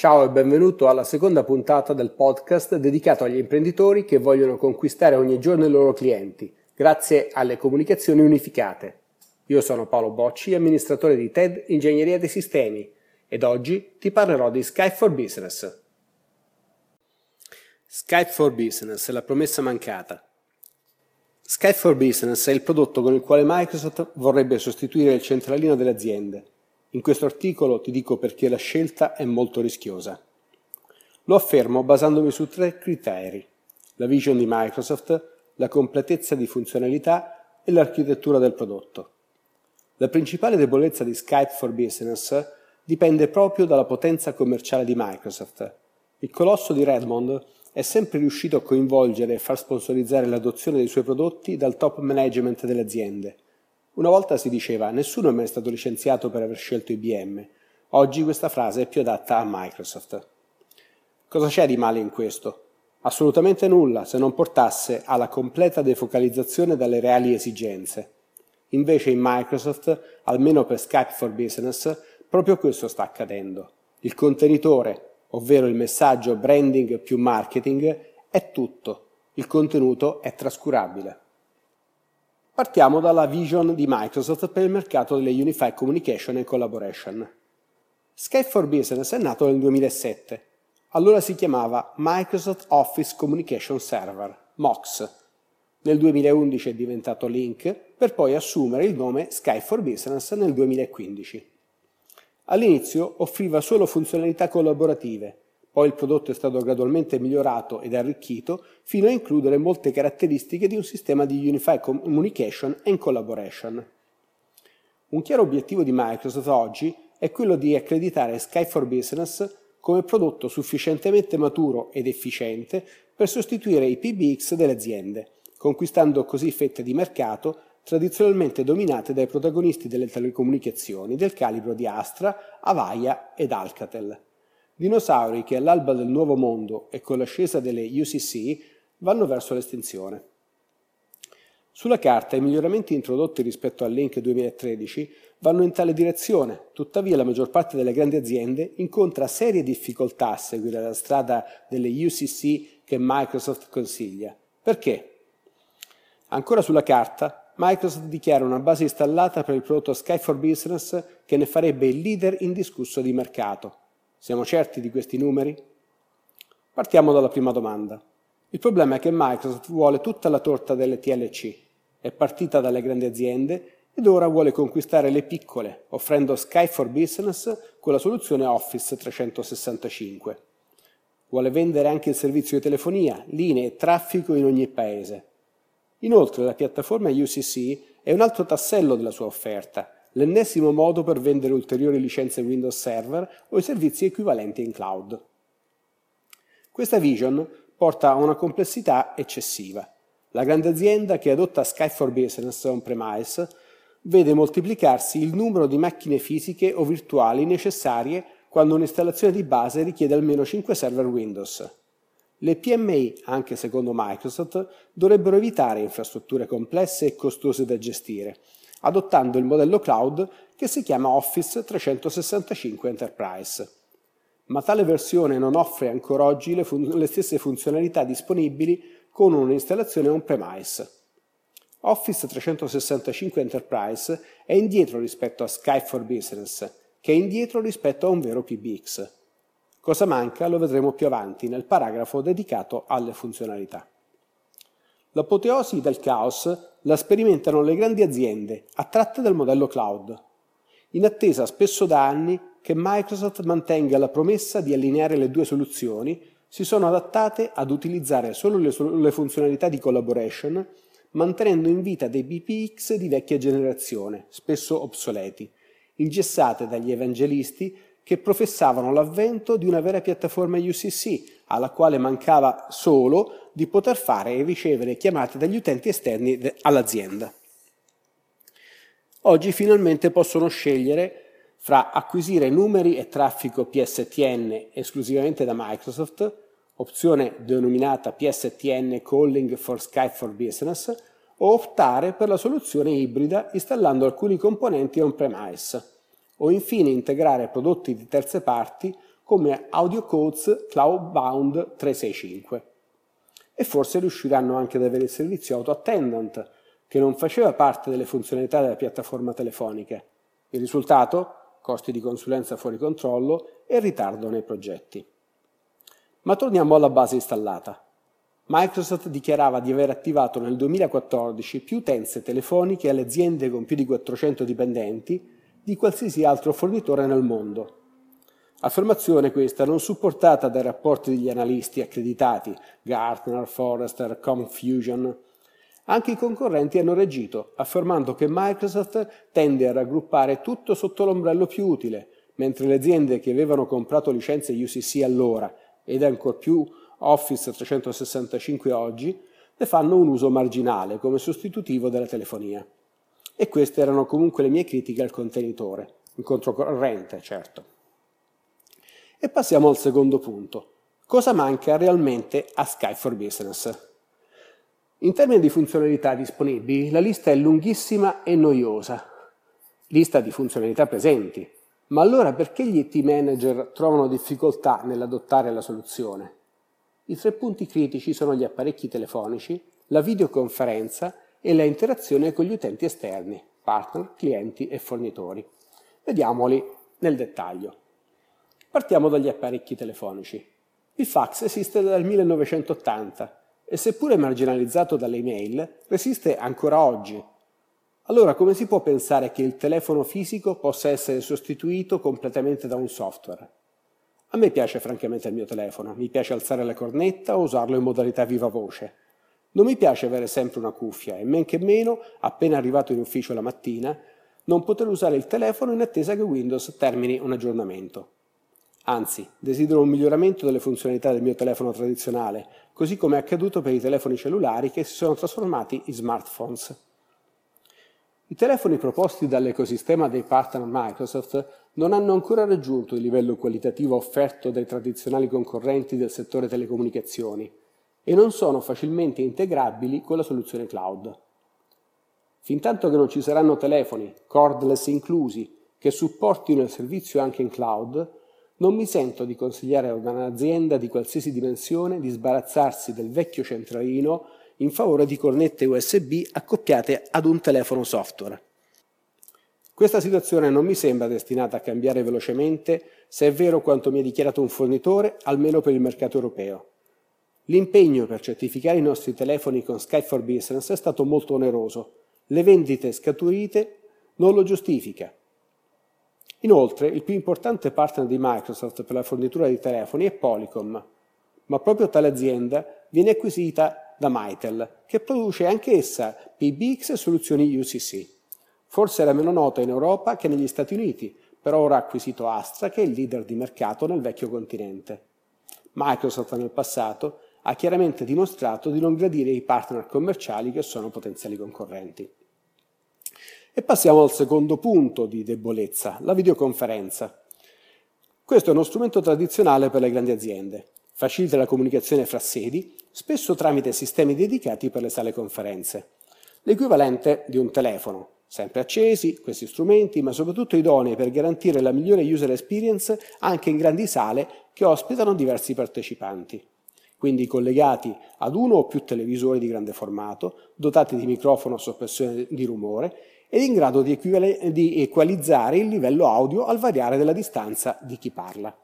Ciao e benvenuto alla seconda puntata del podcast dedicato agli imprenditori che vogliono conquistare ogni giorno i loro clienti, grazie alle comunicazioni unificate. Io sono Paolo Bocci, amministratore di TED Ingegneria dei Sistemi, ed oggi ti parlerò di Skype for Business. Skype for Business è la promessa mancata. Skype for Business è il prodotto con il quale Microsoft vorrebbe sostituire il centralino delle aziende. In questo articolo ti dico perché la scelta è molto rischiosa. Lo affermo basandomi su 3 criteri: la vision di Microsoft, la completezza di funzionalità e l'architettura del prodotto. La principale debolezza di Skype for Business dipende proprio dalla potenza commerciale di Microsoft. Il colosso di Redmond è sempre riuscito a coinvolgere e far sponsorizzare l'adozione dei suoi prodotti dal top management delle aziende. Una volta si diceva: nessuno è mai stato licenziato per aver scelto IBM. Oggi questa frase è più adatta a Microsoft. Cosa c'è di male in questo? Assolutamente nulla, se non portasse alla completa defocalizzazione dalle reali esigenze. Invece in Microsoft, almeno per Skype for Business, proprio questo sta accadendo. Il contenitore, ovvero il messaggio branding più marketing, è tutto. Il contenuto è trascurabile. Partiamo dalla vision di Microsoft per il mercato delle Unified Communication and Collaboration. Skype for Business è nato nel 2007. Allora si chiamava Microsoft Office Communication Server, MOX. Nel 2011 è diventato Lync, per poi assumere il nome Skype for Business nel 2015. All'inizio offriva solo funzionalità collaborative, poi il prodotto è stato gradualmente migliorato ed arricchito fino a includere molte caratteristiche di un sistema di Unified Communication and Collaboration. Un chiaro obiettivo di Microsoft oggi è quello di accreditare Skype for Business come prodotto sufficientemente maturo ed efficiente per sostituire i PBX delle aziende, conquistando così fette di mercato tradizionalmente dominate dai protagonisti delle telecomunicazioni del calibro di Astra, Avaya ed Alcatel. Dinosauri che all'alba del nuovo mondo e con l'ascesa delle UCC vanno verso l'estinzione. Sulla carta i miglioramenti introdotti rispetto al Lync 2013 vanno in tale direzione, tuttavia la maggior parte delle grandi aziende incontra serie difficoltà a seguire la strada delle UCC che Microsoft consiglia. Perché? Ancora sulla carta, Microsoft dichiara una base installata per il prodotto Skype for Business che ne farebbe il leader indiscusso di mercato. Siamo certi di questi numeri? Partiamo dalla prima domanda. Il problema è che Microsoft vuole tutta la torta delle TLC. È partita dalle grandi aziende ed ora vuole conquistare le piccole, offrendo Skype for Business con la soluzione Office 365. Vuole vendere anche il servizio di telefonia, linee e traffico in ogni paese. Inoltre la piattaforma UCC è un altro tassello della sua offerta, l'ennesimo modo per vendere ulteriori licenze Windows Server o i servizi equivalenti in cloud. Questa vision porta a una complessità eccessiva. La grande azienda che adotta Skype for Business on-premise vede moltiplicarsi il numero di macchine fisiche o virtuali necessarie quando un'installazione di base richiede almeno 5 server Windows. Le PMI, anche secondo Microsoft, dovrebbero evitare infrastrutture complesse e costose da gestire, adottando il modello cloud che si chiama Office 365 Enterprise. Ma tale versione non offre ancora oggi le stesse funzionalità disponibili con un'installazione on-premise. Office 365 Enterprise è indietro rispetto a Skype for Business, che è indietro rispetto a un vero PBX. Cosa manca lo vedremo più avanti nel paragrafo dedicato alle funzionalità. L'apoteosi del caos la sperimentano le grandi aziende attratte dal modello cloud, in attesa spesso da anni che Microsoft mantenga la promessa di allineare le due soluzioni. Si sono adattate ad utilizzare solo le funzionalità di collaboration, mantenendo in vita dei BPX di vecchia generazione, spesso obsoleti, ingessate dagli evangelisti che professavano l'avvento di una vera piattaforma UCC, alla quale mancava solo di poter fare e ricevere chiamate dagli utenti esterni all'azienda. Oggi finalmente possono scegliere fra acquisire numeri e traffico PSTN esclusivamente da Microsoft, opzione denominata PSTN Calling for Skype for Business, o optare per la soluzione ibrida installando alcuni componenti on-premise, o infine integrare prodotti di terze parti come AudioCodes Cloudbound 365. E forse riusciranno anche ad avere il servizio Auto Attendant, che non faceva parte delle funzionalità della piattaforma telefonica. Il risultato? Costi di consulenza fuori controllo e ritardo nei progetti. Ma torniamo alla base installata. Microsoft dichiarava di aver attivato nel 2014 più utenze telefoniche alle aziende con più di 400 dipendenti di qualsiasi altro fornitore nel mondo. Affermazione questa non supportata dai rapporti degli analisti accreditati, Gartner, Forrester, Confusion. Anche i concorrenti hanno reagito, affermando che Microsoft tende a raggruppare tutto sotto l'ombrello più utile, mentre le aziende che avevano comprato licenze UCC allora, ed ancor più Office 365 oggi, ne fanno un uso marginale come sostitutivo della telefonia. E queste erano comunque le mie critiche al contenitore, in controcorrente, certo. E passiamo al secondo punto. Cosa manca realmente a Skype for Business? In termini di funzionalità disponibili, la lista è lunghissima e noiosa. Lista di funzionalità presenti. Ma allora perché gli IT manager trovano difficoltà nell'adottare la soluzione? I 3 punti critici sono gli apparecchi telefonici, la videoconferenza e la interazione con gli utenti esterni, partner, clienti e fornitori. Vediamoli nel dettaglio. Partiamo dagli apparecchi telefonici. Il fax esiste dal 1980 e seppure marginalizzato dalle email, resiste ancora oggi. Allora come si può pensare che il telefono fisico possa essere sostituito completamente da un software? A me piace francamente il mio telefono, mi piace alzare la cornetta o usarlo in modalità viva voce. Non mi piace avere sempre una cuffia e men che meno, appena arrivato in ufficio la mattina, non poter usare il telefono in attesa che Windows termini un aggiornamento. Anzi, desidero un miglioramento delle funzionalità del mio telefono tradizionale, così come è accaduto per i telefoni cellulari che si sono trasformati in smartphones. I telefoni proposti dall'ecosistema dei partner Microsoft non hanno ancora raggiunto il livello qualitativo offerto dai tradizionali concorrenti del settore telecomunicazioni e non sono facilmente integrabili con la soluzione cloud. Fintanto che non ci saranno telefoni, cordless inclusi, che supportino il servizio anche in cloud, non mi sento di consigliare a un'azienda di qualsiasi dimensione di sbarazzarsi del vecchio centralino in favore di cornette USB accoppiate ad un telefono software. Questa situazione non mi sembra destinata a cambiare velocemente se è vero quanto mi ha dichiarato un fornitore, almeno per il mercato europeo. L'impegno per certificare i nostri telefoni con Skype for Business è stato molto oneroso. Le vendite scaturite non lo giustifica. Inoltre, il più importante partner di Microsoft per la fornitura di telefoni è Polycom, ma proprio tale azienda viene acquisita da Mitel, che produce anche essa PBX e soluzioni UCC. Forse era meno nota in Europa che negli Stati Uniti, però ora ha acquisito Astra, che è il leader di mercato nel vecchio continente. Microsoft nel passato ha chiaramente dimostrato di non gradire i partner commerciali che sono potenziali concorrenti. E passiamo al secondo punto di debolezza, la videoconferenza. Questo è uno strumento tradizionale per le grandi aziende. Facilita la comunicazione fra sedi, spesso tramite sistemi dedicati per le sale conferenze. L'equivalente di un telefono, sempre accesi, questi strumenti, ma soprattutto idonei per garantire la migliore user experience anche in grandi sale che ospitano diversi partecipanti. Quindi collegati ad uno o più televisori di grande formato, dotati di microfono a soppressione di rumore, ed in grado di equalizzare il livello audio al variare della distanza di chi parla.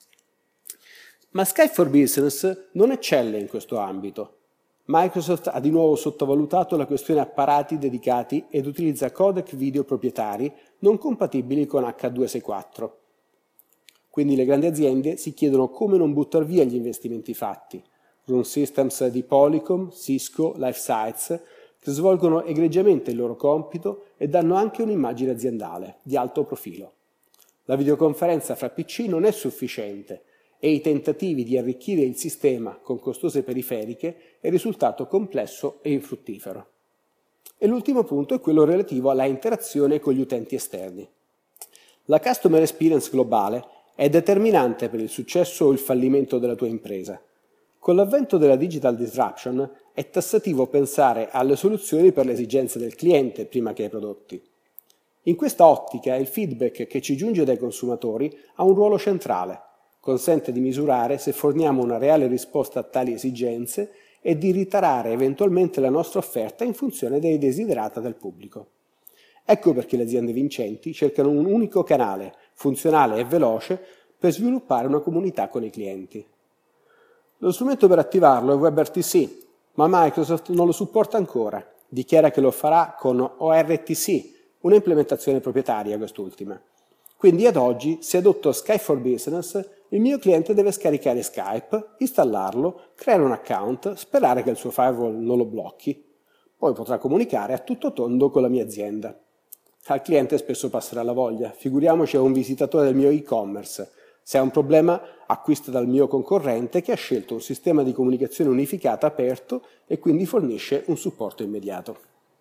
Ma Skype for Business non eccelle in questo ambito. Microsoft ha di nuovo sottovalutato la questione apparati dedicati ed utilizza codec video proprietari non compatibili con H264. Quindi le grandi aziende si chiedono come non buttare via gli investimenti fatti. Room Systems di Polycom, Cisco, LifeSites, che svolgono egregiamente il loro compito e danno anche un'immagine aziendale di alto profilo. La videoconferenza fra PC non è sufficiente e i tentativi di arricchire il sistema con costose periferiche è risultato complesso e infruttifero. E l'ultimo punto è quello relativo alla interazione con gli utenti esterni. La Customer Experience globale è determinante per il successo o il fallimento della tua impresa. Con l'avvento della digital disruption è tassativo pensare alle soluzioni per le esigenze del cliente prima che ai prodotti. In questa ottica il feedback che ci giunge dai consumatori ha un ruolo centrale. consente di misurare se forniamo una reale risposta a tali esigenze e di ritarare eventualmente la nostra offerta in funzione dei desiderata del pubblico. Ecco perché le aziende vincenti cercano un unico canale, funzionale e veloce, per sviluppare una comunità con i clienti. Lo strumento per attivarlo è WebRTC, ma Microsoft non lo supporta ancora. Dichiara che lo farà con ORTC, una implementazione proprietaria quest'ultima. Quindi ad oggi, se adotto Skype for Business, il mio cliente deve scaricare Skype, installarlo, creare un account, sperare che il suo firewall non lo blocchi. Poi potrà comunicare a tutto tondo con la mia azienda. Al cliente spesso passerà la voglia, figuriamoci a un visitatore del mio e-commerce. Se ha un problema, acquista dal mio concorrente che ha scelto un sistema di comunicazione unificata aperto e quindi fornisce un supporto immediato.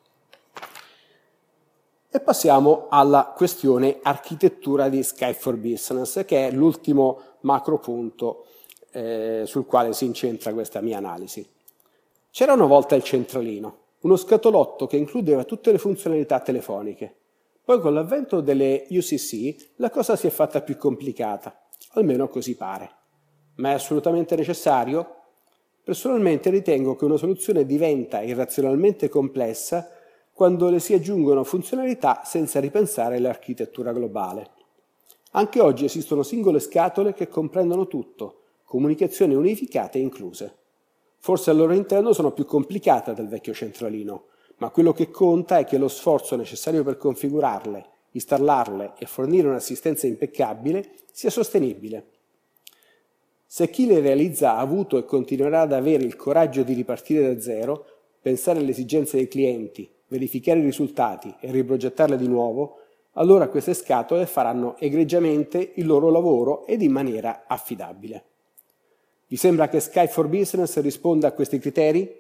E passiamo alla questione architettura di Skype for Business, che è l'ultimo macro punto sul quale si incentra questa mia analisi. C'era una volta il centralino, uno scatolotto che includeva tutte le funzionalità telefoniche. Poi con l'avvento delle UCC la cosa si è fatta più complicata, almeno così pare. Ma è assolutamente necessario? Personalmente ritengo che una soluzione diventa irrazionalmente complessa quando le si aggiungono funzionalità senza ripensare l'architettura globale. Anche oggi esistono singole scatole che comprendono tutto, comunicazioni unificate incluse. Forse al loro interno sono più complicate del vecchio centralino, ma quello che conta è che lo sforzo necessario per configurarle, installarle e fornire un'assistenza impeccabile sia sostenibile. Se chi le realizza ha avuto e continuerà ad avere il coraggio di ripartire da zero, pensare alle esigenze dei clienti, verificare i risultati e riprogettarle di nuovo, allora queste scatole faranno egregiamente il loro lavoro ed in maniera affidabile. Vi sembra che Skype for Business risponda a questi criteri?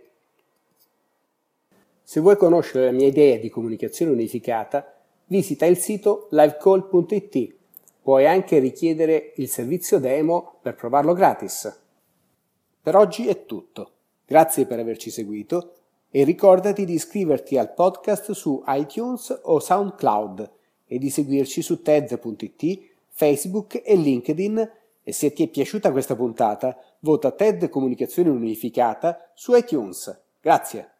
Se vuoi conoscere la mia idea di comunicazione unificata, visita il sito livecall.it. Puoi anche richiedere il servizio demo per provarlo gratis. Per oggi è tutto. Grazie per averci seguito e ricordati di iscriverti al podcast su iTunes o SoundCloud e di seguirci su TED.it, Facebook e LinkedIn. E se ti è piaciuta questa puntata, vota TED Comunicazione Unificata su iTunes. Grazie.